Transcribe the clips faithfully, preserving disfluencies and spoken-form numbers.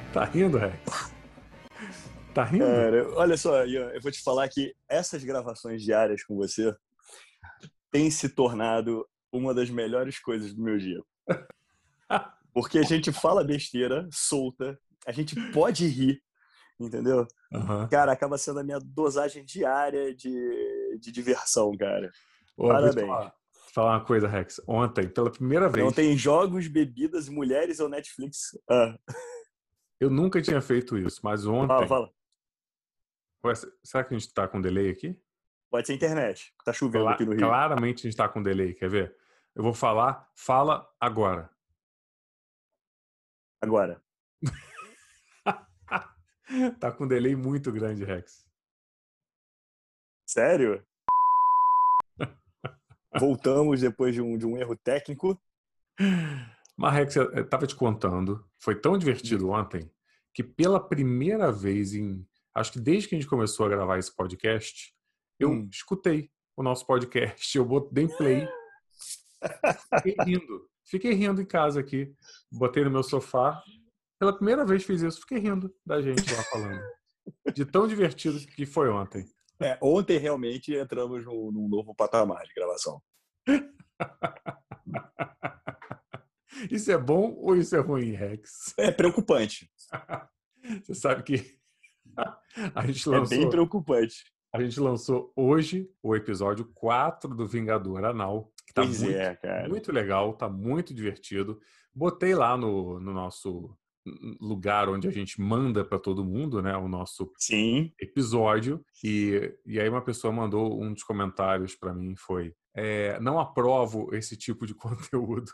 Tá rindo, Rex? Tá rindo? Cara, olha só, Ian, eu vou te falar que essas gravações diárias com você têm se tornado uma das melhores coisas do meu dia. Porque a gente fala besteira solta, a gente pode rir, entendeu? Uhum. Cara, acaba sendo a minha dosagem diária de, de diversão, cara. Ô, vou te Parabéns. falar, te falar uma coisa, Rex. Ontem, pela primeira vez, Não tem jogos, bebidas, mulheres ou Netflix. Ah, eu nunca tinha feito isso, mas fala, ontem... fala. Ué, será que a gente tá com delay aqui? Pode ser internet. Tá chovendo aqui Cla- no Rio. claramente a gente tá com delay, quer ver? Eu vou falar, fala agora. Agora. Tá com delay muito grande, Rex. Sério? Voltamos depois de um, de um erro técnico. Mas, Rex, eu tava te contando, foi tão divertido ontem, que pela primeira vez em, acho que desde que a gente começou a gravar esse podcast, eu Hum. escutei o nosso podcast, eu botei play, fiquei rindo, fiquei rindo em casa aqui, botei no meu sofá, pela primeira vez fiz isso, fiquei rindo da gente lá falando, de tão divertido que foi ontem. É, ontem realmente entramos num, num novo patamar de gravação. Isso é bom ou isso é ruim, Rex? É preocupante. Você sabe que a gente É bem lançou, preocupante. a gente lançou hoje o episódio quatro do Vingador Anal, que tá Pois muito, é, cara. muito legal, tá muito divertido. Botei lá no, no nosso lugar onde a gente manda para todo mundo, né, o nosso Sim. episódio, e, e aí uma pessoa mandou um dos comentários para mim, foi é, não aprovo esse tipo de conteúdo.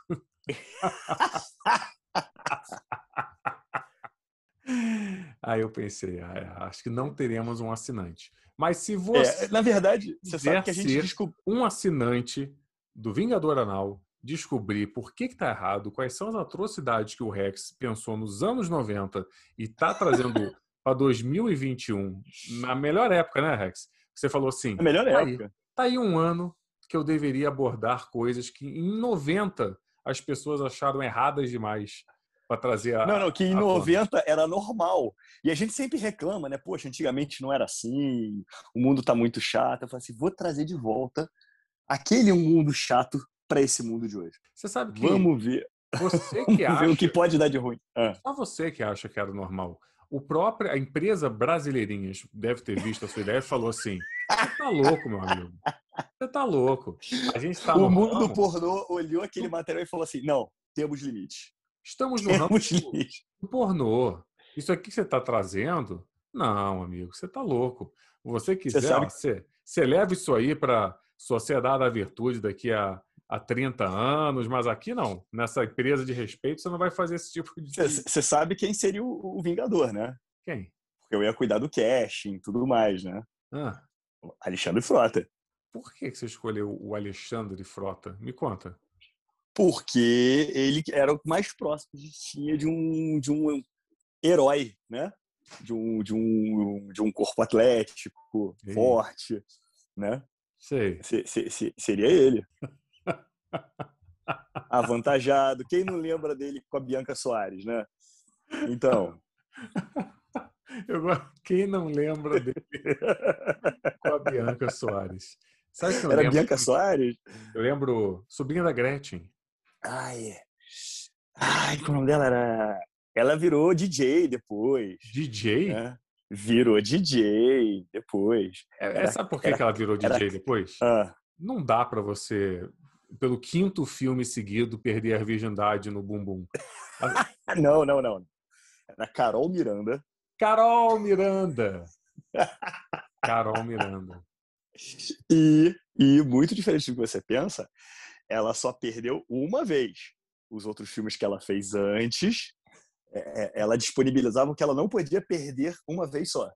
Aí eu pensei, ah, acho que não teremos um assinante. Mas se você É, na verdade, você sabe quiser que a gente ser descobriu. um assinante do Vingador Anal, descobrir por que está errado, quais são as atrocidades que o Rex pensou nos anos noventa e está trazendo para dois mil e vinte e um, na melhor época, né, Rex? Você falou assim, A melhor tá aí, época. tá aí um ano que eu deveria abordar coisas que em noventa as pessoas acharam erradas demais para trazer Não, a, não, que em à tona. noventa era normal. E a gente sempre reclama, né? Poxa, antigamente não era assim, o mundo tá muito chato. Eu falo assim, vou trazer de volta aquele mundo chato para esse mundo de hoje. Você sabe que Vamos ver. você que Vamos ver o que acha, pode dar de ruim. Ah. só você que acha que era normal. O próprio, a empresa Brasileirinhas deve ter visto a sua ideia e falou assim: você tá louco, meu amigo. Você tá louco. A gente está no O mundo do ramo. pornô olhou aquele material e falou assim: não, temos limites. Estamos no ramo Temos do, limites. do pornô. Isso aqui que você está trazendo? Não, amigo, você tá louco. Você Você quiser, ó, sabe que. você, você leva isso aí para Sociedade da Virtude daqui a, a trinta anos, mas aqui não. Nessa empresa de respeito, você não vai fazer esse tipo de. Você sabe quem seria o, o Vingador, né? Quem? Porque eu ia cuidar do casting e tudo mais, né? Ah, Alexandre Frota. por que que você escolheu o Alexandre Frota? Me conta. Porque ele era o mais próximo que tinha de um, de um herói, né? De um, de, um, de um corpo atlético, Ei, forte, né? sei. Se, se, se, seria ele. Avantajado. Quem não lembra dele com a Bianca Soares, né? Então. Eu, gosto- quem não lembra dele com a Bianca Soares? Sabe que eu Era lembro? Bianca Soares? Eu lembro sobrinha da Gretchen. Ai, ai, como o nome dela era? Ela virou D J depois, D J? né? Virou D J depois. É, é- Era, sabe por que que era, ela virou era. D J depois? Ah, Não dá pra você, pelo quinto filme seguido, perder a virgindade no bumbum. A- não, não, não. Era Carol Miranda. Carol Miranda. Carol Miranda. E, e muito diferente do que você pensa, ela só perdeu uma vez. Os outros filmes que ela fez antes, é, ela disponibilizava que ela não podia perder uma vez só.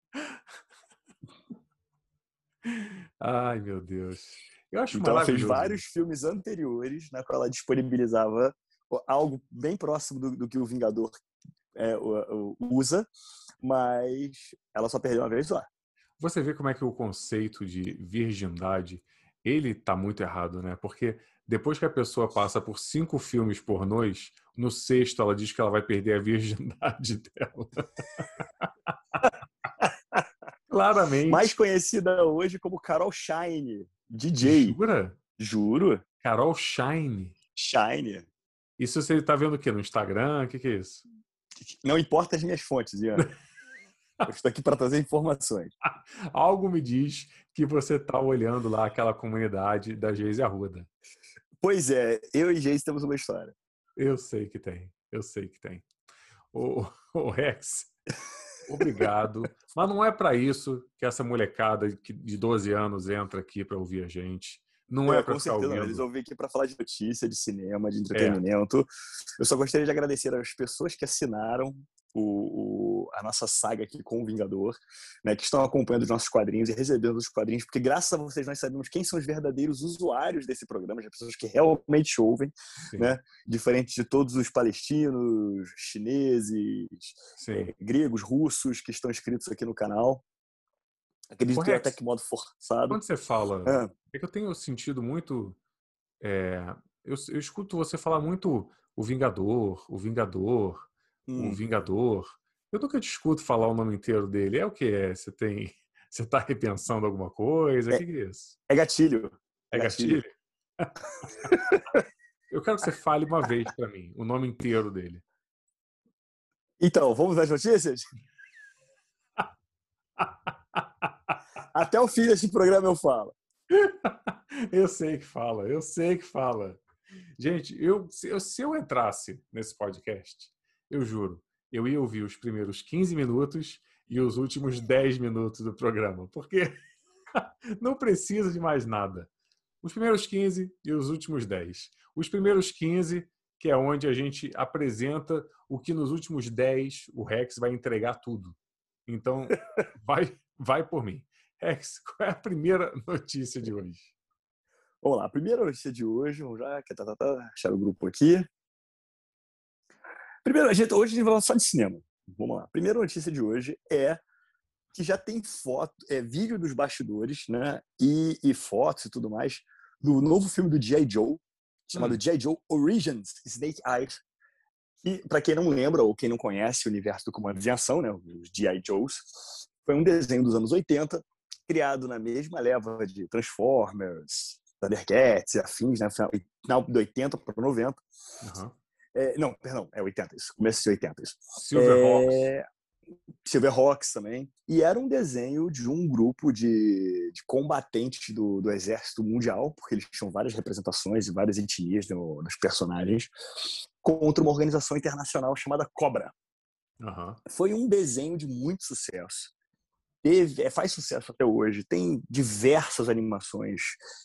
Ai, meu Deus. Eu acho Então ela fez maravilhoso vários isso. filmes anteriores na qual ela disponibilizava algo bem próximo do, do que o Vingador é, o, o, usa, mas ela só perdeu uma vez só. Você vê como é que o conceito de virgindade, ele tá muito errado, né? Porque depois que a pessoa passa por cinco filmes pornôs, no sexto ela diz que ela vai perder a virgindade dela. Mais Claramente. conhecida hoje como Carol Shine, D J. Jura? Juro. Carol Shine. Shine. Isso você tá vendo o quê? No Instagram? O que, que é isso? Não importa as minhas fontes, Ian. Eu estou aqui para trazer informações. Algo me diz que você tá olhando lá aquela comunidade da Geise Arruda. Pois é, eu e Geise temos uma história. Eu sei que tem. Eu sei que tem. Ô, ô Rex, obrigado. Mas não é para isso que essa molecada de doze anos entra aqui para ouvir a gente. Não é, É, para com ficar certeza, ouvindo. eles vão vir aqui para falar de notícia, de cinema, de É. entretenimento. Eu só gostaria de agradecer às pessoas que assinaram o, o, a nossa saga aqui com o Vingador, né, que estão acompanhando os nossos quadrinhos e recebendo os quadrinhos, porque graças a vocês nós sabemos quem são os verdadeiros usuários desse programa, as pessoas que realmente ouvem, né, diferente de todos os palestinos, chineses, é, gregos, russos que estão inscritos aqui no canal. Acredito Ô, que é Rex, até que modo forçado. quando você fala, ah. é que eu tenho sentido muito, é, eu, eu escuto você falar muito o Vingador, o Vingador, hum. o Vingador. Eu nunca te escuto falar o nome inteiro dele. É o que é? Você tem, você está repensando alguma coisa? O É, que, que é isso? É gatilho. É gatilho? gatilho? Eu quero que você fale uma vez para mim o nome inteiro dele. Então, vamos às notícias? Até o fim desse programa eu falo. Eu sei que fala, eu sei que fala. Gente, eu, se, eu, se eu entrasse nesse podcast, eu juro, eu ia ouvir os primeiros quinze minutos e os últimos dez minutos do programa, porque não precisa de mais nada. Os primeiros quinze e os últimos dez. Os primeiros quinze, que é onde a gente apresenta o que nos últimos dez o Rex vai entregar tudo. Então, vai, vai por mim. Rex, qual é a primeira notícia de hoje? Vamos lá, a primeira notícia de hoje, vamos já tá, tá, tá, achar o grupo aqui. Primeiro, a gente, hoje a gente vai falar só de cinema. Vamos lá. A primeira notícia de hoje é que já tem foto, é vídeo dos bastidores, né? E, e fotos e tudo mais do novo filme do G I. Joe, chamado hum. G I. Joe Origins Snake Eyes. E, para quem não lembra ou quem não conhece o universo do Comando de Ação, né? Os G I. Joes, foi um desenho dos anos oitenta, criado na mesma leva de Transformers, Thundercats e afins, né? Final de oitenta para noventa. Uhum. É, não, perdão, é oitenta isso. Começo de oitenta isso. Silverhawks. É... Silverhawks também. E era um desenho de um grupo de, de combatentes do, do exército mundial, porque eles tinham várias representações e várias etnias no, nos personagens, contra uma organização internacional chamada Cobra. Uhum. Foi um desenho de muito sucesso. Teve, é, faz sucesso até hoje. Tem diversas animações.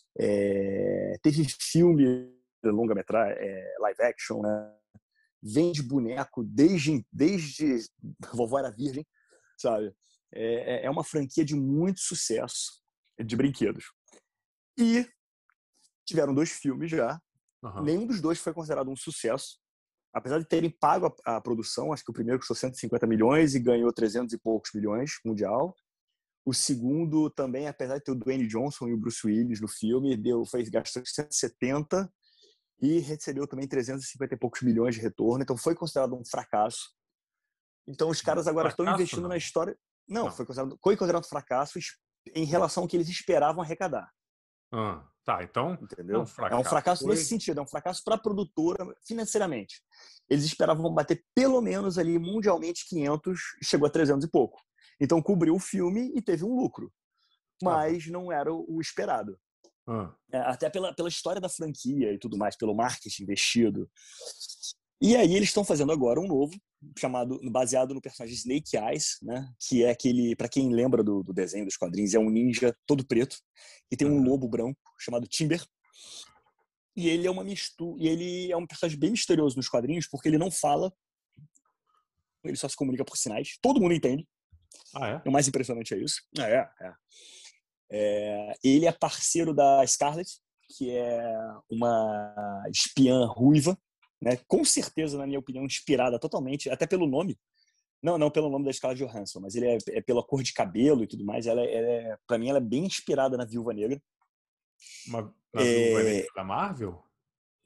É, teve filme, longa-metragem, é, live action, né? Vende boneco desde, desde Vovó Era Virgem, sabe? É, é uma franquia de muito sucesso de brinquedos. E tiveram dois filmes já. Uhum. Nenhum dos dois foi considerado um sucesso. Apesar de terem pago a, a produção, acho que o primeiro custou cento e cinquenta milhões e ganhou trezentos e poucos milhões mundial. O segundo também, apesar de ter o Dwayne Johnson e o Bruce Willis no filme, deu, fez, gastou cento e setenta e recebeu também trezentos e cinquenta e poucos milhões de retorno. Então foi considerado um fracasso. Então os caras agora fracasso, estão investindo não. na história. Não, não. Foi, considerado, foi considerado um fracasso em relação ao que eles esperavam arrecadar. Ah, tá, então entendeu? É um fracasso, é um fracasso foi... nesse sentido, é um fracasso para a produtora financeiramente. Eles esperavam bater pelo menos ali mundialmente quinhentos, chegou a trezentos e pouco. Então cobriu o filme e teve um lucro, mas ah, não era o esperado. Ah. É, até pela, pela história da franquia e tudo mais, pelo marketing investido. E aí eles estão fazendo agora um novo, chamado, baseado no personagem Snake Eyes, né? Que é aquele, para quem lembra do, do desenho dos quadrinhos, é um ninja todo preto e tem um lobo branco chamado Timber. E ele é uma mistura, e ele é um personagem bem misterioso nos quadrinhos porque ele não fala, ele só se comunica por sinais. Todo mundo entende. Ah, é? O mais impressionante é isso. Ah, é, é. É, ele é parceiro da Scarlett, que é uma espiã ruiva, né? Com certeza, na minha opinião, inspirada totalmente, até pelo nome. Não, não pelo nome da Scarlett Johansson, mas ele é, é pela cor de cabelo e tudo mais. Ela, ela é, para mim, ela é bem inspirada na Viúva Negra. Uma, na é... Viúva Negra da Marvel?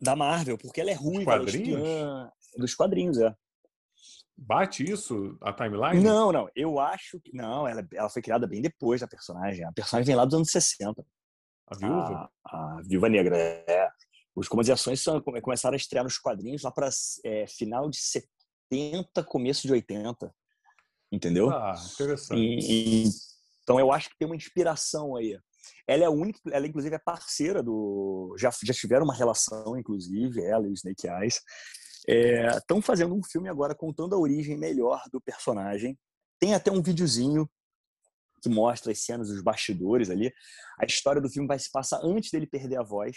Da Marvel, porque ela é ruiva, ela é espiã. Dos quadrinhos, é. Bate isso a timeline? Não, não. Eu acho que... Não, ela, ela foi criada bem depois da personagem. A personagem vem lá dos anos sessenta. A Viúva? A, a Viúva Negra, é. Os Comandos e Ações são, começaram a estrear nos quadrinhos lá para é, final de setenta, começo de oitenta. Entendeu? Ah, interessante. E, e, então eu acho que tem uma inspiração aí. Ela é a única, ela inclusive é parceira do... Já, já tiveram uma relação, inclusive, ela e o Snake Eyes. Estão é, fazendo um filme agora contando a origem melhor do personagem. Tem até um videozinho que mostra as cenas dos bastidores ali. A história do filme vai se passar antes dele perder a voz.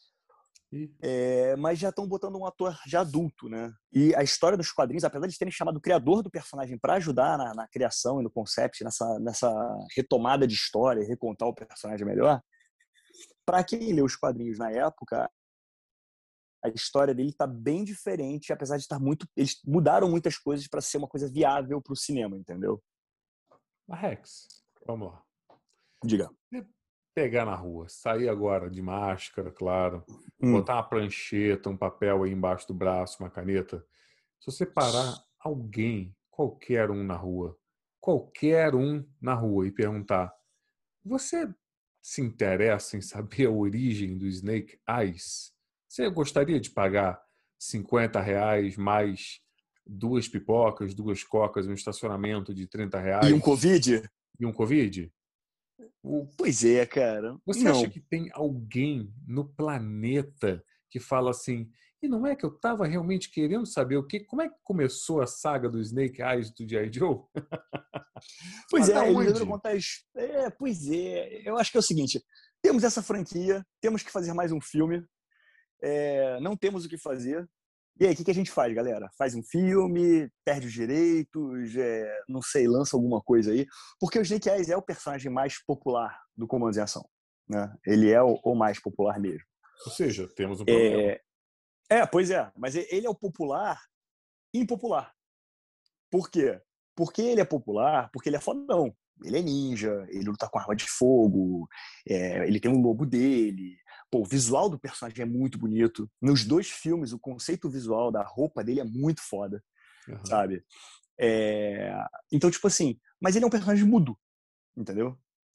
É, mas já estão botando um ator já adulto, né? E a história dos quadrinhos, apesar de terem chamado o criador do personagem para ajudar na, na criação e no concept, nessa, nessa retomada de história, recontar o personagem melhor, para quem leu os quadrinhos na época, a história dele está bem diferente, apesar de estar muito... Eles mudaram muitas coisas para ser uma coisa viável para o cinema, entendeu? Mas Rex, vamos lá. Diga. Pegar na rua, sair agora de máscara, claro, hum. botar uma prancheta, um papel aí embaixo do braço, uma caneta. Se você parar alguém, qualquer um na rua, qualquer um na rua e perguntar: você se interessa em saber a origem do Snake Eyes? Você gostaria de pagar cinquenta reais mais duas pipocas, duas cocas, um estacionamento de trinta reais? E um Covid? E um Covid? O... Pois é, cara. Você não. acha que tem alguém no planeta que fala assim: e não é que eu estava realmente querendo saber o que, como é que começou a saga do Snake Eyes do G I. Joe? Pois é, eles devem contar. É, pois é. Eu acho que é o seguinte: temos essa franquia, temos que fazer mais um filme, é, não temos o que fazer. E aí, o que, que a gente faz, galera? Faz um filme, perde os direitos, é, não sei, lança alguma coisa aí. Porque o Snake Eyes é o personagem mais popular do Comandos em Ação. Né? Ele é o, o mais popular mesmo. Ou seja, temos um problema. É, é, pois é. Mas ele é o popular impopular. Por quê? Porque ele é popular, porque ele é fodão. Ele é ninja, ele luta com arma de fogo, é, ele tem um lobo dele. Pô, o visual do personagem é muito bonito. Nos dois filmes, o conceito visual da roupa dele é muito foda, uhum. sabe? É... Então, tipo assim, mas ele é um personagem mudo, entendeu?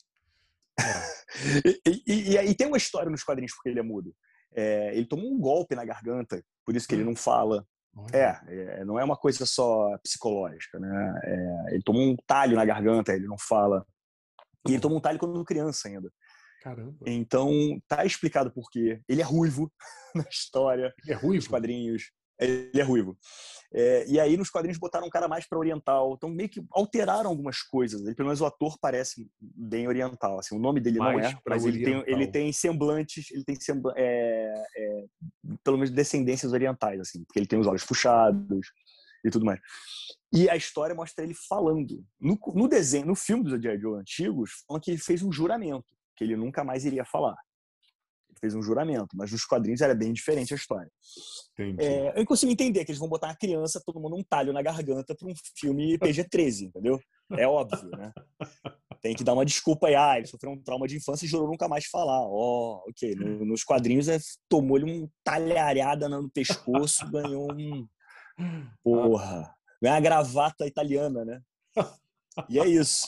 É. e, e, e, e tem uma história nos quadrinhos porque ele é mudo. É, ele tomou um golpe na garganta, por isso que ele não fala. É, é, não é uma coisa só psicológica, né? É, ele tomou um talho na garganta, ele não fala. E ele tomou um talho quando criança ainda. Caramba. Então, tá explicado por quê. Ele é ruivo na história. Ele é ruivo? Nos quadrinhos. Ele é ruivo. É, e aí, nos quadrinhos, botaram um cara mais para oriental. Então, meio que alteraram algumas coisas. Ele, pelo menos o ator parece bem oriental. Assim, o nome dele mais não é, mas ele tem, ele tem semblantes, ele tem sembl é, é, pelo menos descendências orientais, assim, porque ele tem os olhos puxados e tudo mais. E a história mostra ele falando. No, no desenho, no filme dos G I. Joe antigos, falam que ele fez um juramento, que ele nunca mais iria falar. Ele fez um juramento, mas nos quadrinhos era bem diferente a história. É, eu consigo entender que eles vão botar uma criança tomando um talho na garganta para um filme P G treze, entendeu? É óbvio, né? Tem que dar uma desculpa aí. Ah, ele sofreu um trauma de infância e jurou nunca mais falar. Ó, oh, ok. No, nos quadrinhos, é, tomou-lhe um talharada no pescoço, ganhou um... Porra. Ganhou uma gravata italiana, né? E é isso.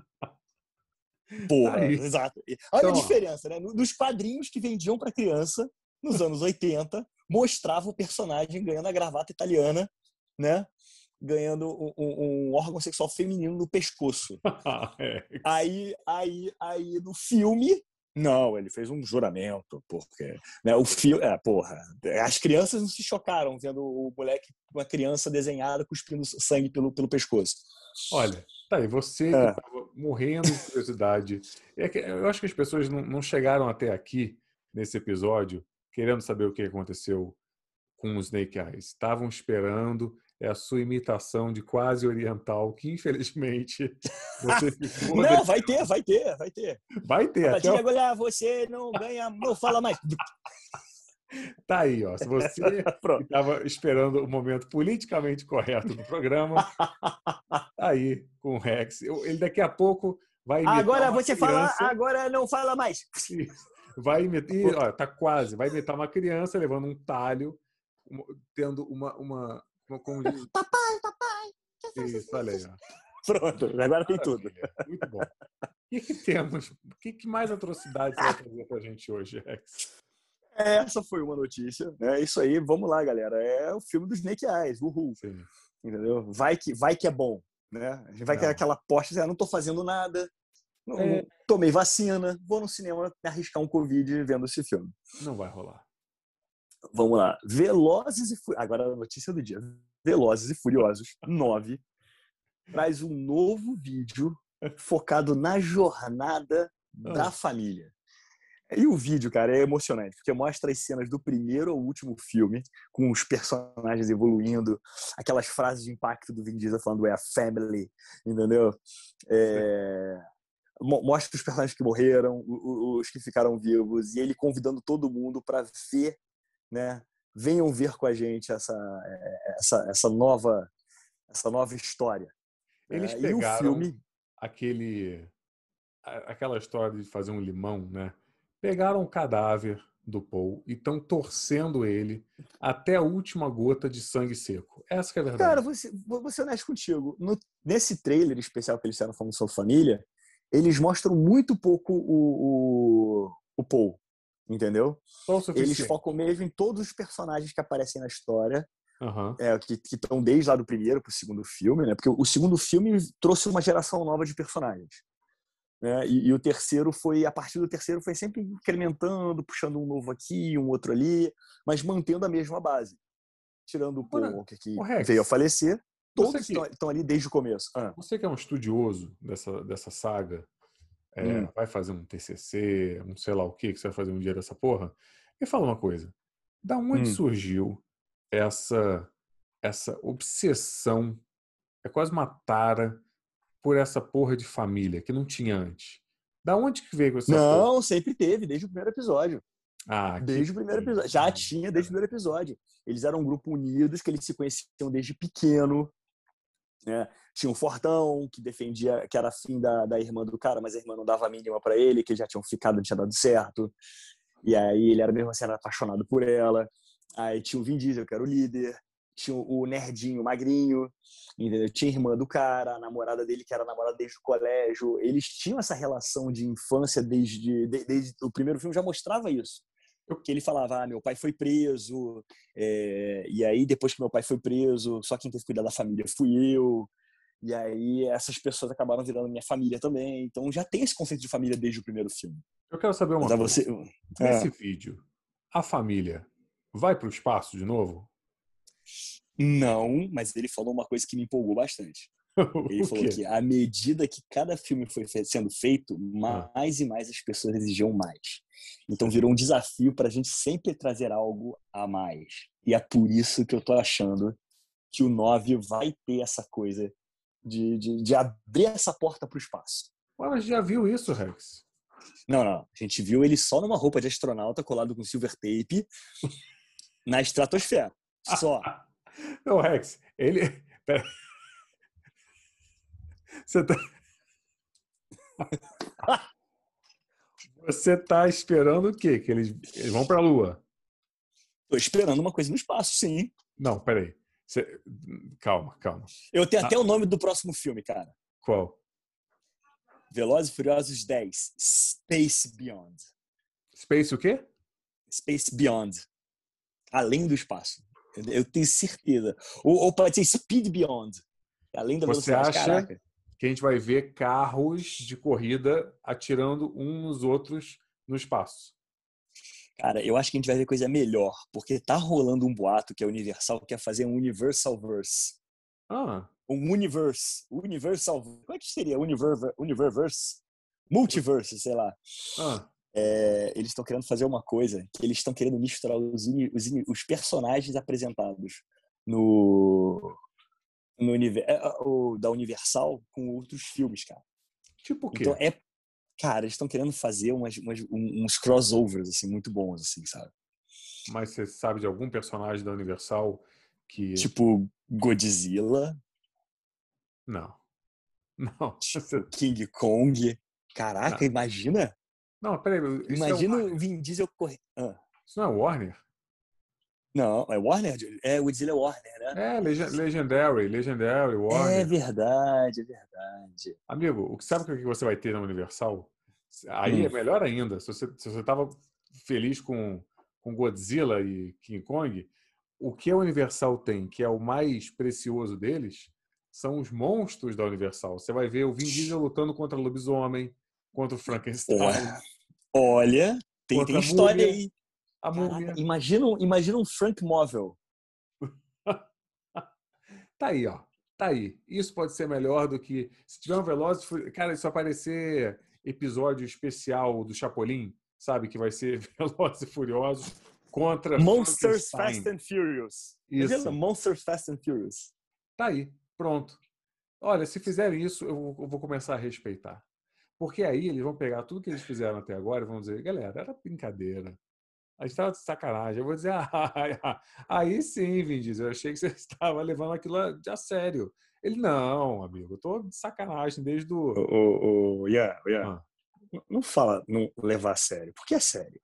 Porra, aí. Exato. Olha então, a diferença, né? Nos quadrinhos que vendiam para criança, nos anos oitenta, mostrava o personagem ganhando a gravata italiana, né? Ganhando um, um, um órgão sexual feminino no pescoço. é. Aí, aí, aí, no filme, não, ele fez um juramento, porque né, o filme, é, porra, as crianças não se chocaram vendo o moleque, uma criança desenhada cuspindo sangue pelo, pelo pescoço. Olha, tá aí, você que estava é. morrendo de curiosidade. É que eu acho que as pessoas não, não chegaram até aqui, nesse episódio, querendo saber o que aconteceu com o Snake Eyes. Estavam esperando é a sua imitação de quase oriental, que infelizmente você ficou... Não, vai ter, vai ter, vai ter. Vai ter. A partir de agora você não ganha, não fala mais. Tá aí, ó. Se você estava esperando o momento politicamente correto do programa, tá aí com o Rex. Ele daqui a pouco vai imitar Agora uma você criança. fala, agora não fala mais. Vai imitar, ih, ó, tá quase, vai imitar uma criança levando um talho, uma- tendo uma, uma, uma como diz, Papai, papai. isso, olha aí, ó. Pronto, agora tem tudo. Maravilha, muito bom. O que, que temos? O que, que mais atrocidade você vai trazer pra gente hoje, Rex? Essa foi uma notícia. É isso aí, vamos lá, galera. É o filme dos Snake Eyes, uhul. Sim. Entendeu? Vai que, vai que é bom. Né? A gente vai Não. ter aquela aposta, assim, ah, não tô fazendo nada, não, É. não tomei vacina, vou no cinema arriscar um Covid vendo esse filme. Não vai rolar. Vamos lá. Velozes e Furiosos. Agora a notícia do dia. Velozes e Furiosos nove traz um novo vídeo focado na jornada da Ah. família. E o vídeo, cara, é emocionante, porque mostra as cenas do primeiro ao último filme, com os personagens evoluindo, aquelas frases de impacto do Vin Diesel falando é a family, entendeu? É... Mostra os personagens que morreram, os que ficaram vivos, e ele convidando todo mundo para ver, né? Venham ver com a gente essa, essa, essa, nova, essa nova história. Eles é, pegaram e o filme... aquele, aquela história de fazer um limão, né? Pegaram o cadáver do Paul e estão torcendo ele até a última gota de sangue seco. Essa que é a verdade. Cara, vou ser, vou ser honesto contigo. No, nesse trailer especial que eles fizeram falando sobre família, eles mostram muito pouco o, o, o Paul, entendeu? Eles focam mesmo em todos os personagens que aparecem na história, uhum. é, que estão desde lá do primeiro pro segundo filme, né? Porque o segundo filme trouxe uma geração nova de personagens. Né? E, e o terceiro foi, a partir do terceiro, foi sempre incrementando, puxando um novo aqui, um outro ali, mas mantendo a mesma base. Tirando o Paul Walker, que Rex, veio a falecer, todos que, estão, estão ali desde o começo. Ah. Você que é um estudioso dessa, dessa saga, é, hum. vai fazer um T C C, um sei lá o que, que você vai fazer um dia dessa porra, me fala uma coisa. Da onde hum. surgiu essa, essa obsessão, é quase uma tara, por essa porra de família que não tinha antes? Da onde que veio essa Não, porra? sempre teve, desde o primeiro episódio. Ah, desde o primeiro episódio. Já tinha desde o primeiro episódio. Eles eram um grupo unidos, que eles se conheciam desde pequeno. Né? Tinha um fortão que defendia, que era afim da, da irmã do cara, mas a irmã não dava a mínima pra ele, que eles já tinham ficado, não tinha dado certo. E aí ele era mesmo assim, era apaixonado por ela. Aí tinha o Vin Diesel, que era o líder. Tinha o nerdinho, o magrinho. Entendeu? Tinha a irmã do cara, a namorada dele, que era namorada desde o colégio. Eles tinham essa relação de infância desde, desde, desde o primeiro filme, já mostrava isso. Que ele falava, ah, meu pai foi preso, é, e aí depois que meu pai foi preso, só quem teve que cuidar da família fui eu, e aí essas pessoas acabaram virando minha família também. Então já tem esse conceito de família desde o primeiro filme. Eu quero saber uma Mas coisa. Você... Nesse ah. vídeo, a família vai para o espaço de novo? Não, mas ele falou uma coisa que me empolgou bastante. Ele falou que à medida que cada filme foi sendo feito, mais ah. e mais as pessoas exigiam mais. Então virou um desafio para a gente sempre trazer algo a mais. E é por isso que eu tô achando que o nove vai ter essa coisa de, de, de abrir essa porta para o espaço. Ué, mas já viu isso, Rex? Não, não. A gente viu ele só numa roupa de astronauta colado com silver tape na estratosfera. Só. Não, Rex, ele... Pera. Você tá... Você tá esperando o quê? Que eles, eles vão pra Lua? Tô esperando uma coisa no espaço, sim. Não, peraí. Você... Calma, calma. Eu tenho ah. até o nome do próximo filme, cara. Qual? Velozes e Furiosos dez. Space Beyond. Space o quê? Space Beyond. Além do espaço. Eu tenho certeza. Ou, ou pode ser Speed Beyond. Além da velocidade. Você acha Caraca. que a gente vai ver carros de corrida atirando uns nos outros no espaço? Cara, eu acho que a gente vai ver coisa melhor, porque tá rolando um boato que a Universal quer fazer um Universalverse. Ah. Um Universe. Universal. Como é que seria? Univer, Universe? Multiverse, sei lá. Ah. É, eles estão querendo fazer uma coisa que eles estão querendo misturar os, uni, os, os personagens apresentados no, no o, da Universal com outros filmes, cara. Tipo o quê? Então é, cara, eles estão querendo fazer umas, umas, uns crossovers assim muito bons, assim, sabe? Mas você sabe de algum personagem da Universal que tipo Godzilla? Não, não. Tipo King Kong? Caraca, não. Imagina! Não, peraí. Isso Imagina é o Vin Diesel correndo. Ah. Isso não é Warner? Não, é Warner? É, o Godzilla é Warner, né? É, Legendary, Legendary, É Warner. verdade, é verdade. Amigo, o que sabe o que você vai ter na Universal? Aí Hum. é melhor ainda. Se você, se você tava feliz com, com Godzilla e King Kong, o que a Universal tem, que é o mais precioso deles, são os monstros da Universal. Você vai ver o Vin Diesel lutando contra o lobisomem, contra o Frankenstein, Olha, tem, contra tem a história múmia. aí. A Caraca, múmia. imagina, um- imagina um Frank Móvel. Tá aí, ó. Tá aí. Isso pode ser melhor do que. Se tiver um Velozes e Furiosos. Cara, isso aparecer episódio especial do Chapolin, sabe? Que vai ser Velozes e Furiosos contra Monsters Fast Frankenstein. and Furious. Isso. Monsters Fast and Furious. Tá aí. Pronto. Olha, se fizerem isso, eu vou, eu vou começar a respeitar. Porque aí eles vão pegar tudo que eles fizeram até agora e vão dizer, galera, era brincadeira. A gente estava de sacanagem. Eu vou dizer, ah, aí sim, Vin Diesel, eu achei que você estava levando aquilo a sério. Ele, não, amigo, eu tô de sacanagem desde o... O, o, o, yeah, yeah. Ah. Não fala não levar a sério, porque é sério.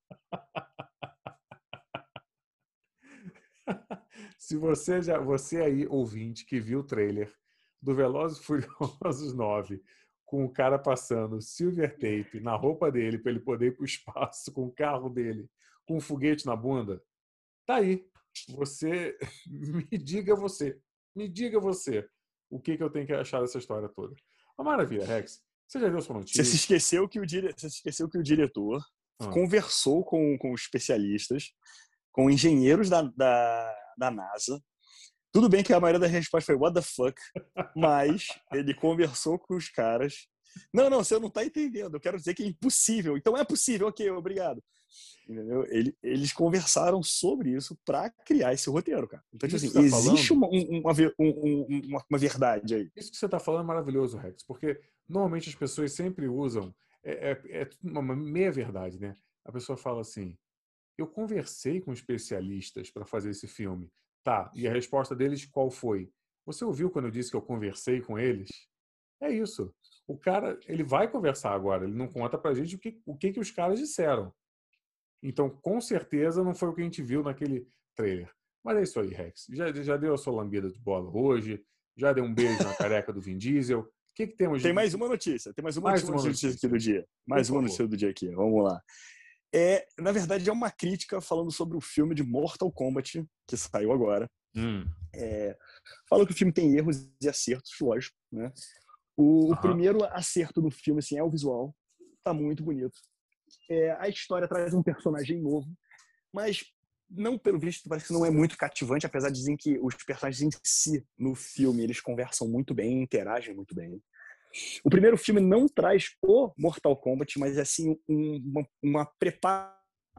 Se você já, você aí, ouvinte, que viu o trailer do Velozes e Furiosos nove, com o cara passando silver tape na roupa dele para ele poder ir para o espaço com o carro dele, com um foguete na bunda, tá aí. Você me diga você, me diga você o que, que eu tenho que achar dessa história toda. Uma maravilha, Rex. Você já viu sua notícia? Você se esqueceu que o, dire... Você se esqueceu que o diretor ah. conversou com, com especialistas, com engenheiros da, da, da NASA. Tudo bem que a maioria das respostas foi what the fuck, mas ele conversou com os caras. Não, não, você não está entendendo. Eu quero dizer que é impossível. Então é possível, ok, obrigado. Entendeu? Ele, eles conversaram sobre isso para criar esse roteiro, cara. Então, tipo assim, tá existe uma, uma, uma, uma verdade aí. Isso que você está falando é maravilhoso, Rex, porque normalmente as pessoas sempre usam, é, é, é uma meia verdade, né? A pessoa fala assim, eu conversei com especialistas para fazer esse filme. Tá, e a resposta deles qual foi? Você ouviu quando eu disse que eu conversei com eles? É isso. O cara, ele vai conversar agora, ele não conta pra gente o que, o que, que os caras disseram. Então, com certeza, não foi o que a gente viu naquele trailer. Mas é isso aí, Rex. Já, já deu a sua lambida de bola hoje, já deu um beijo na careca do Vin Diesel. O que, que temos de... Tem mais uma notícia, tem mais uma, mais uma uma notícia, notícia aqui do dia. Mais Por uma favor. notícia do dia aqui, vamos lá. É, na verdade, é uma crítica falando sobre o filme de Mortal Kombat, que saiu agora. Hum. É, fala que o filme tem erros e acertos, lógico, né? O, Uh-huh. o primeiro acerto do filme assim, é o visual. Tá muito bonito. É, a história traz um personagem novo, mas não, pelo visto, parece que não é muito cativante, apesar de dizer que os personagens em si, no filme, eles conversam muito bem, interagem muito bem. O primeiro filme não traz o Mortal Kombat, mas é assim, um, uma, uma preparação.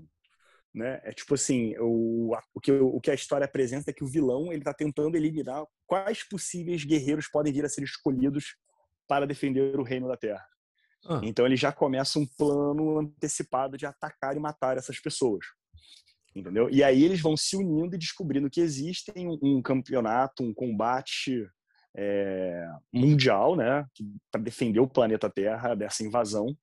Né? É tipo assim, o, o, que, o que a história apresenta é que o vilão ele está tentando eliminar quais possíveis guerreiros podem vir a ser escolhidos para defender o reino da Terra. Ah. Então ele já começa um plano antecipado de atacar e matar essas pessoas. Entendeu? E aí eles vão se unindo e descobrindo que existe um, um campeonato, um combate é, mundial, né, para defender o planeta Terra dessa invasão.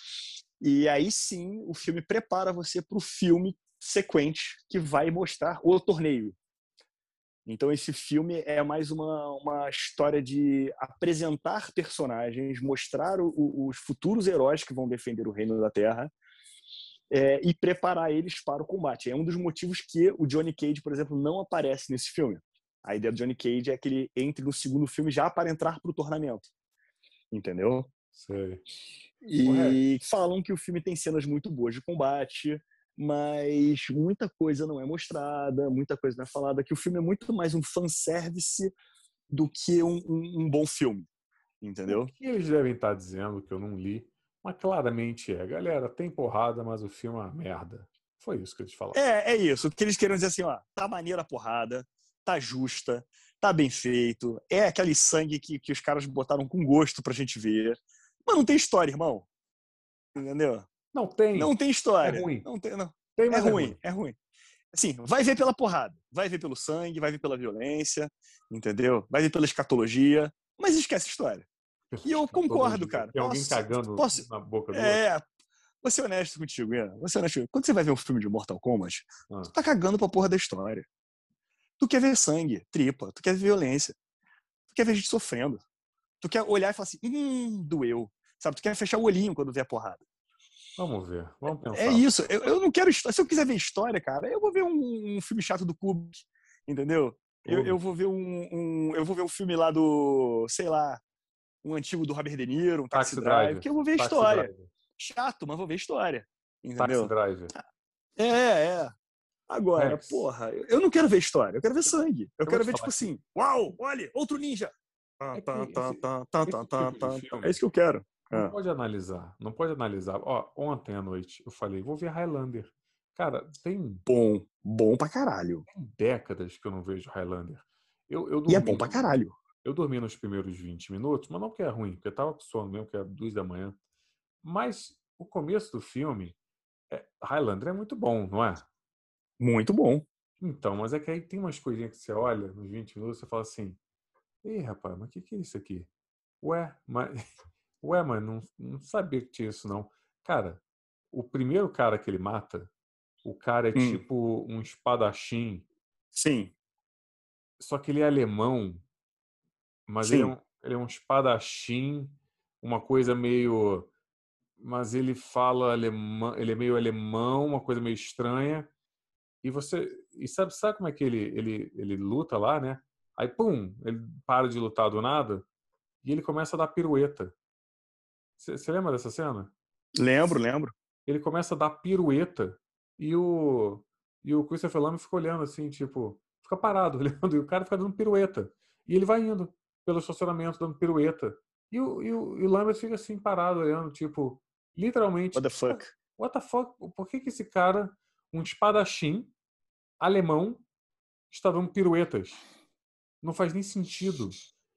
E aí sim o filme prepara você para o filme sequente que vai mostrar o torneio. Então esse filme é mais uma, uma história de apresentar personagens, mostrar o, o, os futuros heróis que vão defender o reino da Terra é, e preparar eles para o combate. É um dos motivos que o Johnny Cage, por exemplo, não aparece nesse filme. A ideia do Johnny Cage é que ele entre no segundo filme já para entrar para o torneio. Entendeu? Sei. E Correto. Falam que o filme tem cenas muito boas de combate, mas muita coisa não é mostrada, muita coisa não é falada, que o filme é muito mais um fanservice do que um, um, um bom filme, entendeu? O que eles devem estar dizendo, que eu não li, mas claramente é, galera, tem porrada, mas o filme é uma merda. Foi isso que eles falaram. É, é isso. O que eles querem dizer assim, ó, tá maneira a porrada, tá justa, tá bem feito, é aquele sangue que, que os caras botaram com gosto pra gente ver. Mas não tem história, irmão. Entendeu? Não tem. Não tem história. É ruim. Não tem, não. Tem, é, ruim, é ruim, é ruim. Assim, vai ver pela porrada, vai ver pelo sangue, vai ver pela violência, entendeu? Vai ver pela escatologia, mas esquece a história. E eu concordo, cara. Tem alguém posso, cagando posso, na boca do é, outro? vou ser honesto contigo, Ian. Vou ser honesto contigo. Quando você vai ver um filme de Mortal Kombat, Ah. tu tá cagando pra porra da história. Tu quer ver sangue, tripa, tu quer ver violência. Tu quer ver gente sofrendo. Tu quer olhar e falar assim, hum, doeu. Sabe? Tu quer fechar o olhinho quando vê a porrada. Vamos ver, vamos pensar. É isso. Eu, eu não quero história. Se eu quiser ver história, cara, eu vou ver um, um filme chato do Kubrick, entendeu? Eu, eu vou ver um, um, eu vou ver um filme lá do, sei lá, um antigo do Robert De Niro, um Taxi, Taxi Drive, Driver. porque eu vou ver Taxi história. Driver. Chato, mas vou ver história, Taxi entendeu? Driver. É, é. Agora, Rex, porra, eu eu não quero ver história, eu quero ver sangue. Eu, eu vou quero te ver, falar tipo que assim, uau, olha, outro ninja. Tá, é que tá, tá, esse, tá, tá, esse tá, tá, tipo de tá, tá. É filme isso que eu quero. não É. pode analisar, não pode analisar. Ó, ontem à noite eu falei, vou ver Highlander. Cara, tem Bom, bom pra caralho. décadas que eu não vejo Highlander. Eu, eu E é bom dormi, pra caralho. eu dormi nos primeiros vinte minutos, mas não porque é ruim, porque eu tava com sono mesmo, que era duas da manhã. Mas o começo do filme, é, Highlander é muito bom, não é? Muito bom. Então, mas é que aí tem umas coisinhas que você olha nos vinte minutos e você fala assim, ei, rapaz, mas o que, que é isso aqui? Ué, mas, ué, mas não, não sabia que tinha isso, não. Cara, o primeiro cara que ele mata, o cara é Hum, tipo um espadachim, sim, só que ele é alemão, mas ele é sim. um, ele é um espadachim, uma coisa meio. Mas ele fala alemão, ele é meio alemão, uma coisa meio estranha. E você. E sabe, sabe como é que ele, ele, ele luta lá, né? Aí, pum, ele para de lutar do nada e ele começa a dar pirueta. Você lembra dessa cena? Lembro, lembro. Ele começa a dar pirueta e o, e o Christopher Lambert fica olhando assim, tipo, fica parado olhando e o cara fica dando pirueta. E ele vai indo pelo estacionamento dando pirueta. E o, e o, e o Lambert fica assim parado olhando, tipo, literalmente, What the fuck? what the fuck? Por que que esse cara, um espadachim alemão, está dando piruetas? Não faz nem sentido.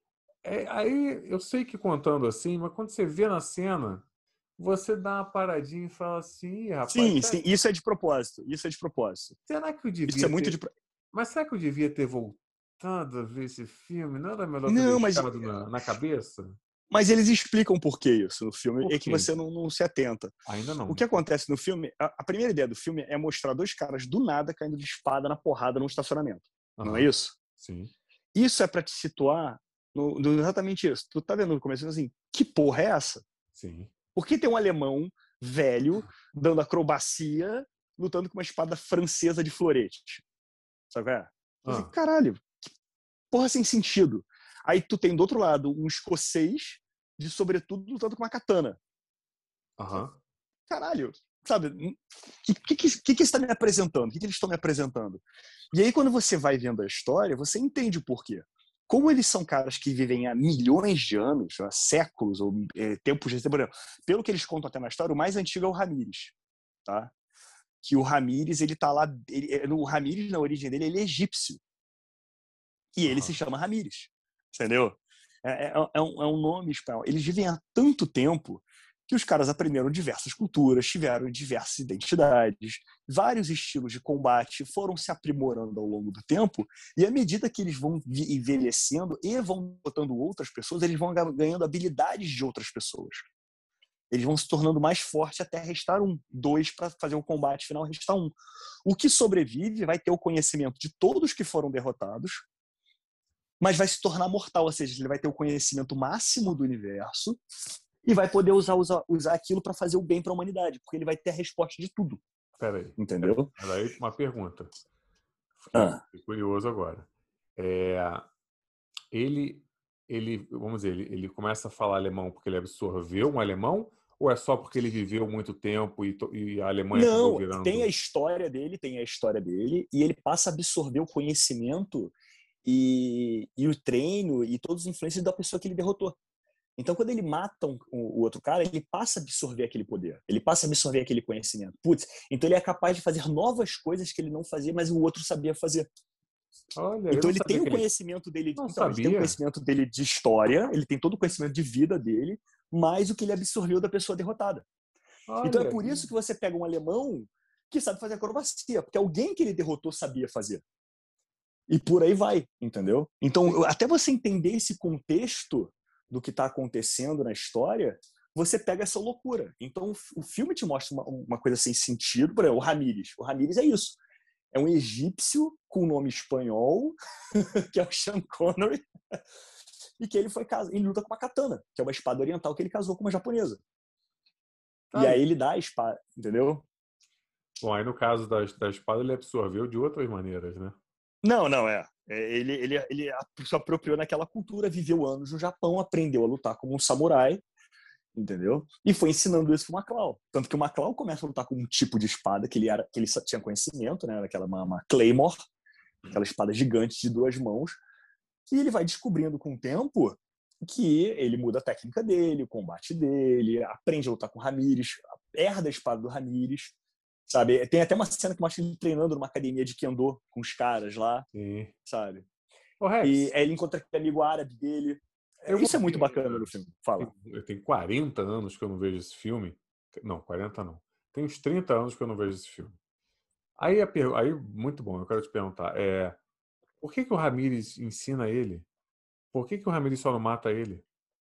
É, aí eu sei que contando assim, mas quando você vê na cena, você dá uma paradinha e fala assim, "Ih, rapaz, Sim, será, sim. Isso é de propósito. Isso é de propósito. será que eu Isso é devia muito de. ter. pro- Mas será que eu devia ter voltado a ver esse filme? Não era melhor ter Não, mas, deixado na, na cabeça? mas eles explicam por que isso no filme. Por É que quê? você não, não se atenta. Ainda O não. que acontece no filme, a, a primeira ideia do filme é mostrar dois caras do nada caindo de espada na porrada num estacionamento. Não é Aham, isso? sim, Isso é pra te situar no, no exatamente isso. Tu tá vendo no começo assim, que porra é essa? sim. Por que tem um alemão velho dando acrobacia lutando com uma espada francesa de florete? Sabe qual é? Eu assim, Ah, caralho, que porra sem sentido. Aí tu tem do outro lado um escocês de sobretudo lutando com uma katana. aham. Caralho, sabe? O que, que, que, que está me apresentando? O que, que eles estão me apresentando? E aí, quando você vai vendo a história, você entende o porquê. Como eles são caras que vivem há milhões de anos, há séculos, ou é, tempos de tempo, pelo que eles contam até na história, o mais antigo é o Ramírez, tá? Que o Ramírez, ele tá lá, ele, o Ramírez, na origem dele, ele é egípcio. E ele se Aham. chama Ramírez, entendeu? É, é, é, um, é um nome espanhol. Eles vivem há tanto tempo que os caras aprenderam diversas culturas, tiveram diversas identidades, vários estilos de combate, foram se aprimorando ao longo do tempo, e à medida que eles vão envelhecendo e vão botando outras pessoas, eles vão ganhando habilidades de outras pessoas. Eles vão se tornando mais fortes até restar um, dois para fazer o combate final, restar um. O que sobrevive vai ter o conhecimento de todos que foram derrotados, mas vai se tornar mortal, ou seja, ele vai ter o conhecimento máximo do universo e vai poder usar, usar, usar aquilo para fazer o bem para a humanidade, porque ele vai ter a resposta de tudo. Peraí, peraí. Entendeu? Mas aí uma pergunta. Fiquei, Ah. fiquei curioso agora. É, ele, ele, vamos dizer, ele, ele começa a falar alemão porque ele absorveu um alemão ou é só porque ele viveu muito tempo e, to- e a Alemanha acabou Não, tem a virando... história dele, tem a história dele, e ele passa a absorver o conhecimento e, e o treino e todos os influências da pessoa que ele derrotou. Então, quando ele mata um, o outro cara, ele passa a absorver aquele poder, ele passa a absorver aquele conhecimento. Putz, então ele é capaz de fazer novas coisas que ele não fazia, mas o outro sabia fazer. Olha, eu Então não ele tem sabia o que ele... conhecimento dele, Não então ele tem o sabia. conhecimento dele de história, ele tem todo o conhecimento de vida dele, mais o que ele absorveu da pessoa derrotada. Então é Olha, por que... isso que você pega um alemão que sabe fazer acrobacia, porque alguém que ele derrotou sabia fazer. E por aí vai, entendeu? Então, até você entender esse contexto do que está acontecendo na história, você pega essa loucura. Então, o filme te mostra uma, uma coisa sem sentido. Por exemplo, o Ramírez. O Ramírez é isso. É um egípcio com nome espanhol, que é o Sean Connery, e que ele foi casado, ele luta com uma katana, que é uma espada oriental que ele casou com uma japonesa. Tá e aí. aí ele dá a espada, entendeu? Bom, aí no caso da, da espada, ele absorveu de outras maneiras, né? Não, não, é. é ele, ele, ele se apropriou naquela cultura, viveu anos no Japão, aprendeu a lutar como um samurai, entendeu? E foi ensinando isso pro McCloud. Tanto que o McCloud começa a lutar com um tipo de espada que ele, era, que ele tinha conhecimento, né? Aquela uma, uma Claymore, aquela espada gigante de duas mãos. E ele vai descobrindo com o tempo que ele muda a técnica dele, o combate dele, aprende a lutar com o Ramírez, herda a espada do Ramírez, sabe? Tem até uma cena que mostra ele treinando numa academia de Kendo com os caras lá, Sim. sabe? Ô, Rex, E aí ele encontra aquele amigo árabe dele. eu Isso é vou muito ver. bacana no filme. Fala. Eu tenho quarenta anos que eu não vejo esse filme. Não, quarenta não. Tem uns trinta anos que eu não vejo esse filme. Aí, a per... Aí muito bom, eu quero te perguntar. É... Por que, que o Ramírez ensina ele? Por que, que o Ramírez só não mata ele?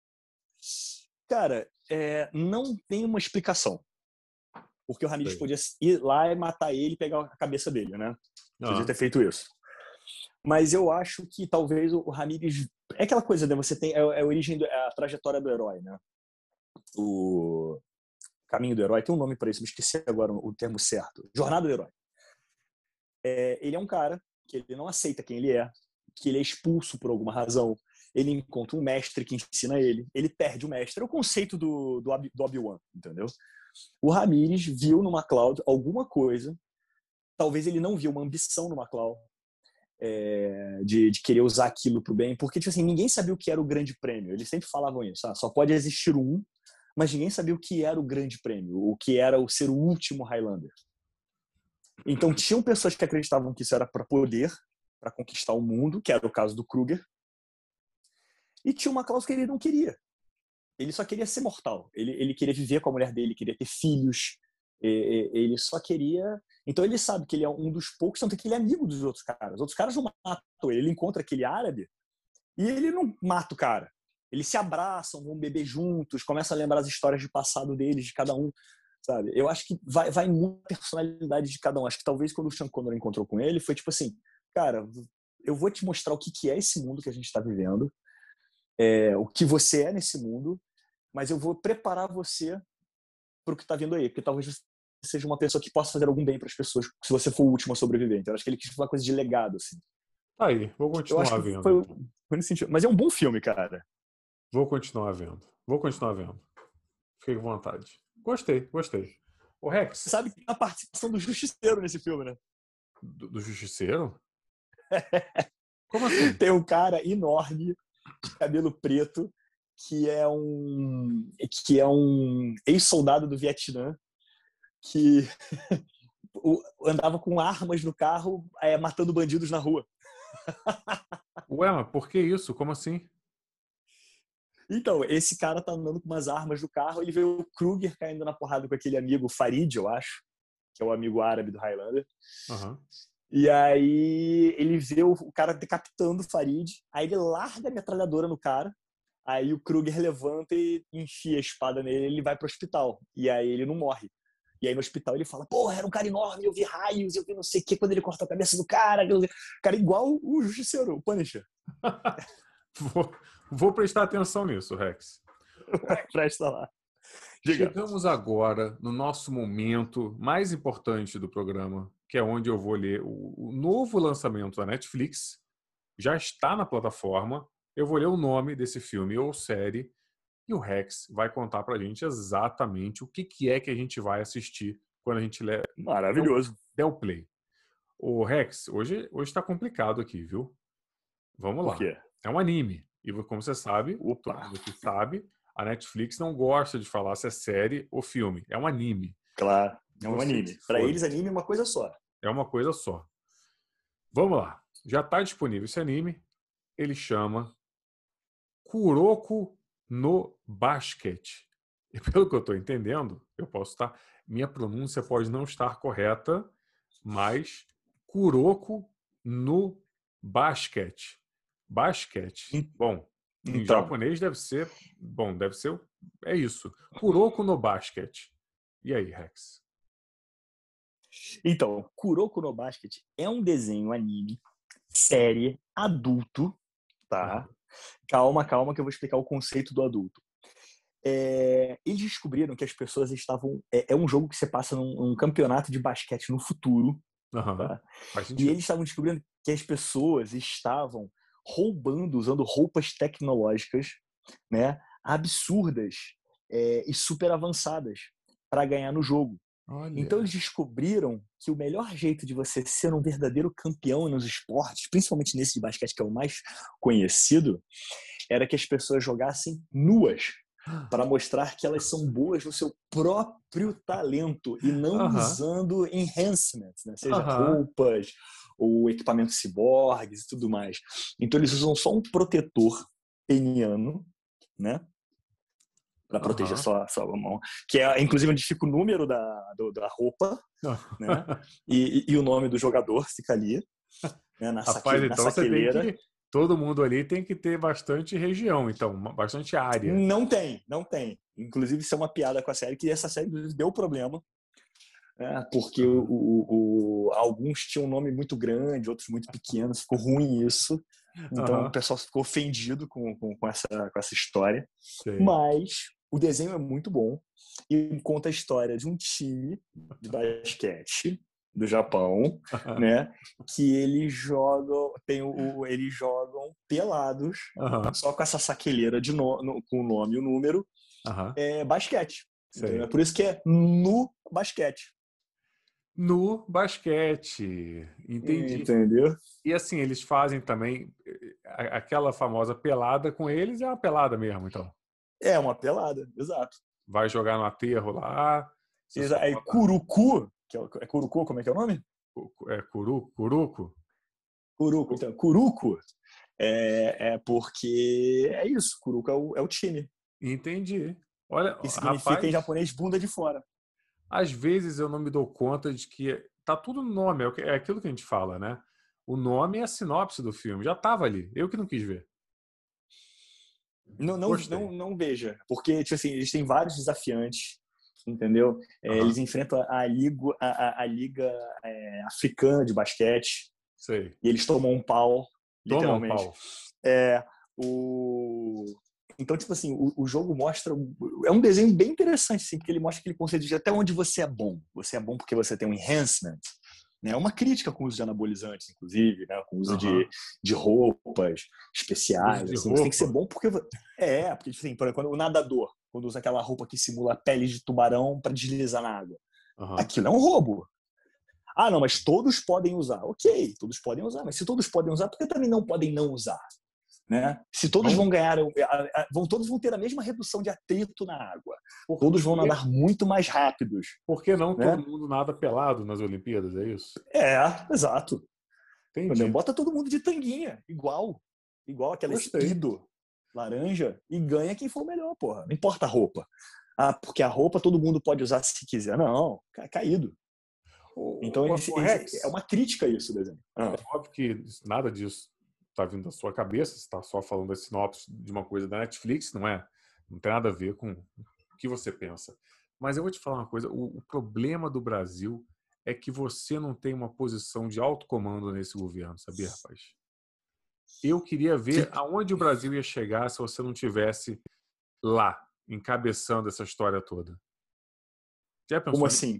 Cara, é, não tem uma explicação. Porque o Ramírez Sei. podia ir lá e matar ele e pegar a cabeça dele, né? Podia Ah, ter feito isso. Mas eu acho que talvez o Ramírez... É aquela coisa, né? Você tem... É, é a origem, do, é a trajetória do herói, né? O caminho do herói. Tem um nome para isso, me esqueci agora o termo certo. Jornada do herói. É, ele é um cara que ele não aceita quem ele é, que ele é expulso por alguma razão. Ele encontra um mestre que ensina ele. Ele perde o mestre. É o conceito do, do, do Obi-Wan, entendeu? O Ramírez viu no McCloud alguma coisa. Talvez ele não viu uma ambição no McCloud. É, de, de querer usar aquilo pro bem, porque tipo assim, ninguém sabia o que era o grande prêmio. Eles sempre falavam isso, ah, só pode existir um, mas ninguém sabia o que era o grande prêmio, o que era o ser o último Highlander. Então tinham pessoas que acreditavam que isso era para poder, para conquistar o mundo, que era o caso do Kruger, e tinha uma cláusula que ele não queria. Ele só queria ser mortal. Ele, ele queria viver com a mulher dele, queria ter filhos. Ele só queria... Então ele sabe que ele é um dos poucos, tanto que ele é amigo dos outros caras. Os outros caras não matam ele. Ele encontra aquele árabe e ele não mata o cara. Eles se abraçam, vão beber juntos, começam a lembrar as histórias de passado deles, de cada um, sabe? Eu acho que vai, vai muito a personalidade de cada um. Acho que talvez quando o Sean Connery encontrou com ele, foi tipo assim, cara, eu vou te mostrar o que é esse mundo que a gente está vivendo, é, o que você é nesse mundo, mas eu vou preparar você para o que está vindo aí, porque talvez você seja uma pessoa que possa fazer algum bem para as pessoas se você for o último a sobreviver. Então, eu acho que ele quis uma coisa de legado, assim. tá aí, vou Eu acho continuar que vendo. foi, Então. foi nesse sentido. Mas é um bom filme, cara. Vou continuar vendo. Vou continuar vendo. Fiquei com vontade. Gostei, gostei. O Rex. Você sabe que tem a participação do Justiceiro nesse filme, né? Do, do Justiceiro? Como assim? Tem um cara enorme, de cabelo preto, que é um que é um ex-soldado do Vietnã que andava com armas no carro, é, matando bandidos na rua. Ué, mas por que isso? Como assim? Então, esse cara tá andando com umas armas no carro, ele vê o Kruger caindo na porrada com aquele amigo Farid, eu acho, que é o amigo árabe do Highlander. Uhum. E aí ele vê o cara decapitando o Farid, aí ele larga a metralhadora no cara, aí o Kruger levanta e enfia a espada nele, ele vai pro hospital. E aí ele não morre. E aí no hospital ele fala, porra, era um cara enorme, eu vi raios, eu vi não sei o que, quando ele cortou a cabeça do cara. Cara, igual o Justiceiro, o Punisher. vou, vou prestar atenção nisso, Rex. Presta lá. Diga. Chegamos agora no nosso momento mais importante do programa, que é onde eu vou ler o, o novo lançamento da Netflix. Já está na plataforma. Eu vou ler o nome desse filme ou série e o Rex vai contar pra gente exatamente o que, que é que a gente vai assistir quando a gente ler, Maravilhoso. der o play. O Rex, hoje hoje está complicado aqui, viu? Vamos Por lá. quê? É um anime. E como você sabe, Opa. todo mundo que sabe, a Netflix não gosta de falar se é série ou filme. É um anime. Claro, é um Você anime. Para eles, anime é uma coisa só. É uma coisa só. Vamos lá. Já está disponível esse anime. Ele chama Kuroko no Basket. E pelo que eu estou entendendo, eu posso estar... Minha pronúncia pode não estar correta, mas Kuroko no Basket. Basquete. Bom, Em Então, japonês deve ser... Bom, deve ser... É isso. Kuroko no Basket. E aí, Rex? então, Kuroko no Basket é um desenho anime, série, adulto, tá? Aham. Calma, calma, que eu vou explicar o conceito do adulto. É, eles descobriram que as pessoas estavam... É, é um jogo que você passa num, num campeonato de basquete no futuro, Aham. tá? Faz E sentido. eles estavam descobrindo que as pessoas estavam roubando, usando roupas tecnológicas, né, absurdas é, e super avançadas para ganhar no jogo. Então Olha. eles descobriram que o melhor jeito de você ser um verdadeiro campeão nos esportes, principalmente nesse de basquete que é o mais conhecido, era que as pessoas jogassem nuas para mostrar que elas são boas no seu próprio talento e não Aham. usando enhancements, né? Seja Aham. roupas ou equipamentos ciborgues e tudo mais. Então eles usam só um protetor peniano, né? Para proteger Aham. sua, sua mão, que é inclusive onde fica o número da, do, da roupa, né? E, e, e o nome do jogador fica ali, né? Na, Rapaz, saque, na então você tem saqueleira. que... Todo mundo ali tem que ter bastante região, então, bastante área. Não tem, não tem. Inclusive, isso é uma piada com a série, que essa série deu problema, né? Porque o, Aham. o, o, alguns tinham um nome muito grande, outros muito pequenos, ficou ruim isso. Então o Aham. pessoal ficou ofendido com, com, com, essa, com essa história. Sei. Mas o desenho é muito bom e conta a história de um time de basquete do Japão, né? Que eles jogam, tem o, eles jogam pelados, Aham. só com essa saqueleira de no, no, com o nome e o número, Aham. é basquete. Entendeu? É Sei. por isso que é no basquete. No basquete. Entendi. Entendeu? E assim, eles fazem também eh, a- aquela famosa pelada com eles, é uma pelada mesmo, então. É uma pelada, exato. Vai jogar no aterro lá, você só Exa- Aí, bota Curucu, que é, o- é Curucu, como é que é o nome? cu- cu- é, curu, curuco. Curuco. Então, Curuco é, é porque é isso, Curuco é o, é o time, Entendi. Olha, que significa em rapaz, japonês bunda de fora. às vezes eu não me dou conta de que tá tudo no nome, é o que- é aquilo que a gente fala, né? O nome é a sinopse do filme, já tava ali, eu que não quis ver. Não, não, não, Gostei. não veja, porque tipo assim, eles têm vários desafiantes, entendeu? É, Aham, eles enfrentam a, liga, a, a, a liga é, africana de basquete sei. e eles tomam um pau, Toma um literalmente. pau. É, o... Então, tipo assim, o, o jogo mostra. É um desenho bem interessante, assim, porque ele mostra aquele conceito de até onde você é bom. Você é bom porque você tem um enhancement. Né? É uma crítica com o uso de anabolizantes, inclusive, né? Com o uso de, Aham. de roupas Uso especiais. de Assim. Você tem que ser roupa. bom porque. É, porque, tipo assim, por exemplo, quando o nadador, quando usa aquela roupa que simula pele de tubarão para deslizar na água. Aham. Aquilo é um roubo. Ah, não, mas todos podem usar. Ok, todos podem usar, mas se todos podem usar, por que também não podem não usar? Né? Se todos Vamos, vão ganhar, vão, todos vão ter a mesma redução de atrito na água. por Todos vão quê? nadar muito mais rápidos. Por que não todo Né? mundo nada pelado nas Olimpíadas? É isso? É, exato. Entendeu? Entendi. Bota todo mundo de tanguinha, igual. Igual aquela Gostei. Speedo laranja e ganha quem for o melhor, porra. Não importa a roupa. Ah, porque a roupa todo mundo pode usar se quiser. Não, é caído. O, Então, o, esse, o esse, é Rex, uma crítica a isso, desenho. Ah. é óbvio que nada disso está vindo da sua cabeça, você está só falando da sinopse de uma coisa da Netflix, não é? Não tem nada a ver com o que você pensa. Mas eu vou te falar uma coisa: o, o problema do Brasil é que você não tem uma posição de alto comando nesse governo, sabia, rapaz? Eu queria ver Que, aonde o Brasil ia chegar se você não tivesse lá, encabeçando essa história toda. Já como pensou nisso? assim?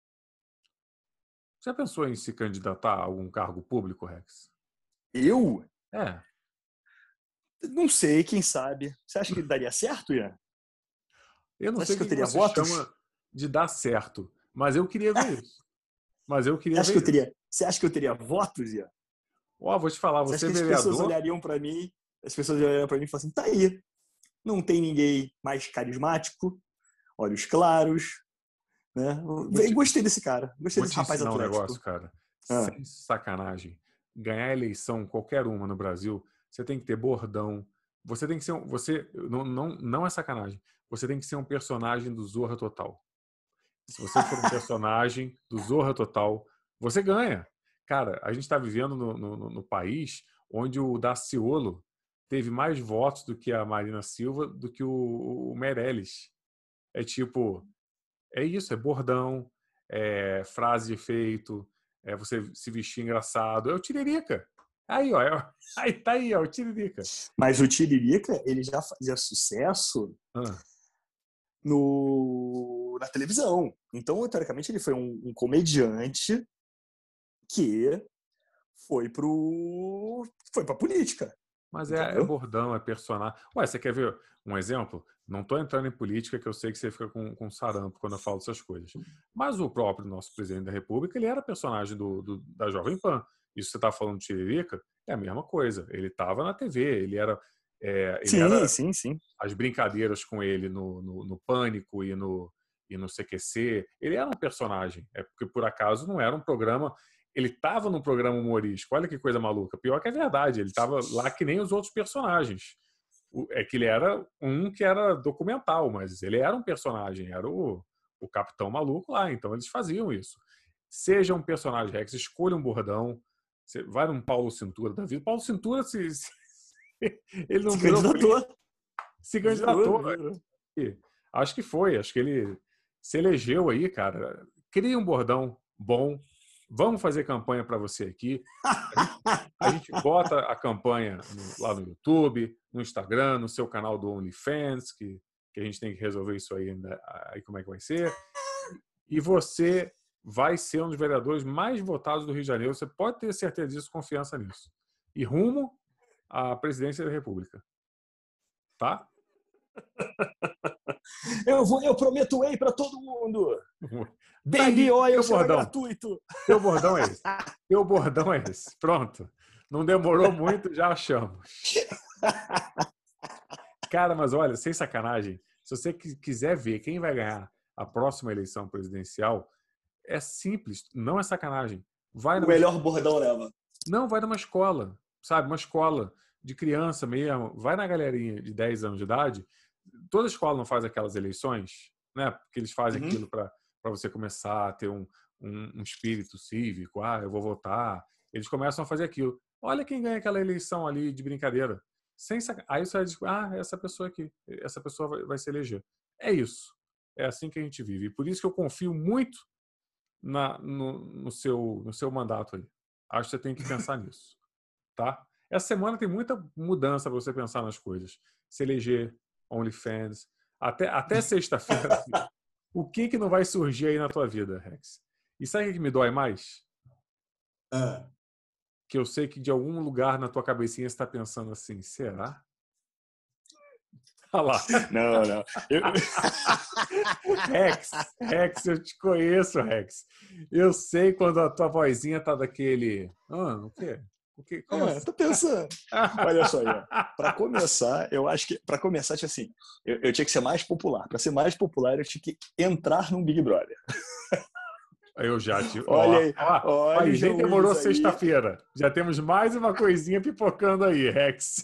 Já pensou em se candidatar a algum cargo público, Rex? Eu? É. Não sei, quem sabe. Você acha que daria certo, Ian? Eu não Você sei acha o que eu que teria você chama votos? de dar certo, mas eu queria ver isso. Mas eu Você queria acha que eu ver isso. teria, você acha que eu teria votos, Ian? Ó, vou te falar, Você acha você é que as pessoas vereador, olhariam para mim, as pessoas olhariam para mim e falam assim, tá aí, não tem ninguém mais carismático, olhos claros, né? vou te, Gostei desse cara, gostei vou desse te rapaz ensinar um negócio, atlético. cara. Ah. Sem sacanagem. Ganhar a eleição, qualquer uma no Brasil, você tem que ter bordão. Você tem que ser um, você não, não, não é sacanagem. Você tem que ser um personagem do Zorra Total. Se você for um personagem do Zorra Total, você ganha. Cara, a gente está vivendo no, no, no país onde o Daciolo teve mais votos do que a Marina Silva, do que o, o Meirelles. É tipo, é isso, é bordão, é frase de efeito, é você se vestir engraçado, é o Tiririca. Aí, ó, é, aí tá aí, ó, o Tiririca. Mas o Tiririca, ele já fazia sucesso Ah. no, na televisão. Então, teoricamente, ele foi um, um comediante que foi pro foi pra política. Mas é, é bordão, é personagem. Ué, você quer ver um exemplo? Não tô entrando em política, que eu sei que você fica com, com sarampo quando eu falo dessas coisas. Mas o próprio nosso presidente da República, ele era personagem do, do da Jovem Pan. Isso que você tá falando de Tiririca, é a mesma coisa. Ele tava na T V, ele era... É, ele sim, era sim, sim. As brincadeiras com ele no, no, no Pânico e no, e no C Q C, ele era um personagem. É porque, por acaso, não era um programa... Ele estava no programa humorístico. Olha que coisa maluca. Pior que é verdade. Ele estava lá que nem os outros personagens. É que ele era um que era documental, mas ele era um personagem. Era o, o Capitão Maluco lá. Então, eles faziam isso. Seja um personagem, Rex. Escolha um bordão. Você vai num Paulo Cintura da vida. Paulo Cintura, se, se ele não se virou candidatou. Se candidatou. Acho que foi. Acho que ele se elegeu aí, cara. Cria um bordão bom. Vamos fazer campanha para você aqui. A gente, a gente bota a campanha no, lá no YouTube, no Instagram, no seu canal do OnlyFans, que, que a gente tem que resolver isso aí, né? Aí como é que vai ser. E você vai ser um dos vereadores mais votados do Rio de Janeiro. Você pode ter certeza disso, confiança nisso. E rumo à presidência da República. Tá? Eu, vou, eu prometo whey para todo mundo. Baby tá oil será gratuito. Teu bordão é esse. Teu bordão é esse. Pronto. Não demorou muito, já achamos. Cara, mas olha, sem sacanagem, se você quiser ver quem vai ganhar a próxima eleição presidencial, é simples, não é sacanagem. Vai o melhor escola. Bordão leva. Não, vai numa escola, sabe? Uma escola de criança mesmo. Vai na galerinha de dez anos de idade. Toda escola não faz aquelas eleições, né? Porque eles fazem uhum. aquilo para você começar a ter um, um, um espírito cívico. Ah, eu vou votar. Eles começam a fazer aquilo. Olha quem ganha aquela eleição ali de brincadeira. Sem sac... Aí você vai dizer, ah, essa pessoa aqui, essa pessoa vai, vai se eleger. É isso. É assim que a gente vive. E por isso que eu confio muito na, no, no, seu, no seu mandato aí. Acho que você tem que pensar nisso. Tá? Essa semana tem muita mudança para você pensar nas coisas. Se eleger, OnlyFans. Até, até sexta-feira, o que, que não vai surgir aí na tua vida, Rex? E sabe o que me dói mais? Ah. Que eu sei que de algum lugar na tua cabecinha você está pensando assim, será? Olha lá. Não, não. Eu... Rex, Rex, eu te conheço, Rex. Eu sei quando a tua vozinha tá daquele... Ah, o quê? O quê? Como é, assim? Tô pensando. Olha só aí. Para começar, eu acho que... Para começar, tinha assim, eu, eu tinha que ser mais popular. Para ser mais popular, eu tinha que entrar num Big Brother. Eu já te... Olha aí. Ó, ó, olha nem demorou sexta-feira. Já temos mais uma coisinha pipocando aí, Rex.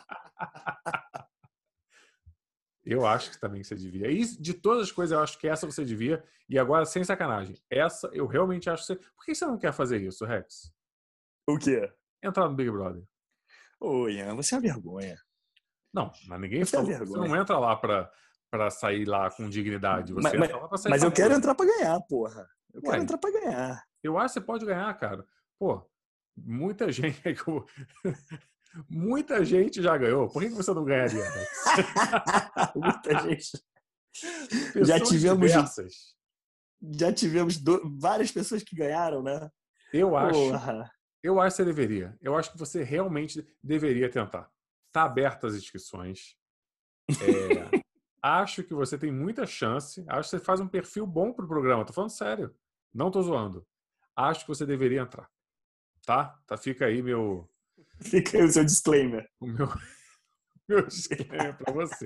Eu acho que também você devia. E de todas as coisas, eu acho que essa você devia. E agora, sem sacanagem, essa eu realmente acho que você... Por que você não quer fazer isso, Rex? O quê? Entrar no Big Brother. Ô, Ian, você é uma vergonha. Não, mas ninguém você falou. É você não entra lá pra, pra sair lá com dignidade. Você mas entra lá pra sair Mas famoso. eu quero entrar pra ganhar, porra. Eu Ué, quero entrar pra ganhar. Eu acho que você pode ganhar, cara. Pô, muita gente... Muita gente já ganhou. Por que você não ganharia, Rex? Muita gente. Pessoas já tivemos diversas. Já tivemos do... várias pessoas que ganharam, né? Eu acho. Porra. Eu acho que você deveria. Eu acho que você realmente deveria tentar. Está aberta as inscrições. É, acho que você tem muita chance. Acho que você faz um perfil bom pro programa. Tô falando sério. Não tô zoando. Acho que você deveria entrar. Tá? Tá, fica aí meu... Fica aí o seu disclaimer. O meu, meu disclaimer para você.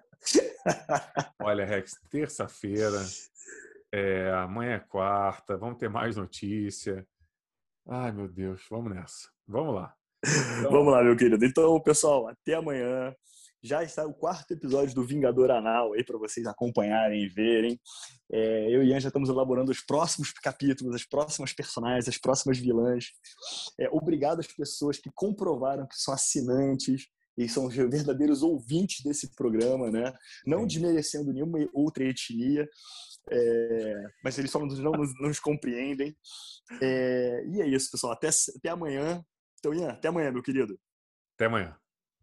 Olha, Rex, terça-feira, é, amanhã é quarta, vamos ter mais notícia. Ai, meu Deus, vamos nessa. Vamos lá. Então... Vamos lá, meu querido. Então, pessoal, até amanhã. Já está o quarto episódio do Vingador Anal aí para vocês acompanharem e verem. É, eu e Ian já estamos elaborando os próximos capítulos, as próximas personagens, as próximas vilãs. É, obrigado às pessoas que comprovaram que são assinantes, Eles são os verdadeiros ouvintes desse programa, né? Não Sim. desmerecendo nenhuma outra etnia, é, mas eles só não, não nos, nos compreendem. É, e é isso, pessoal. Até, até amanhã. Então, Ian, até amanhã, meu querido. Até amanhã.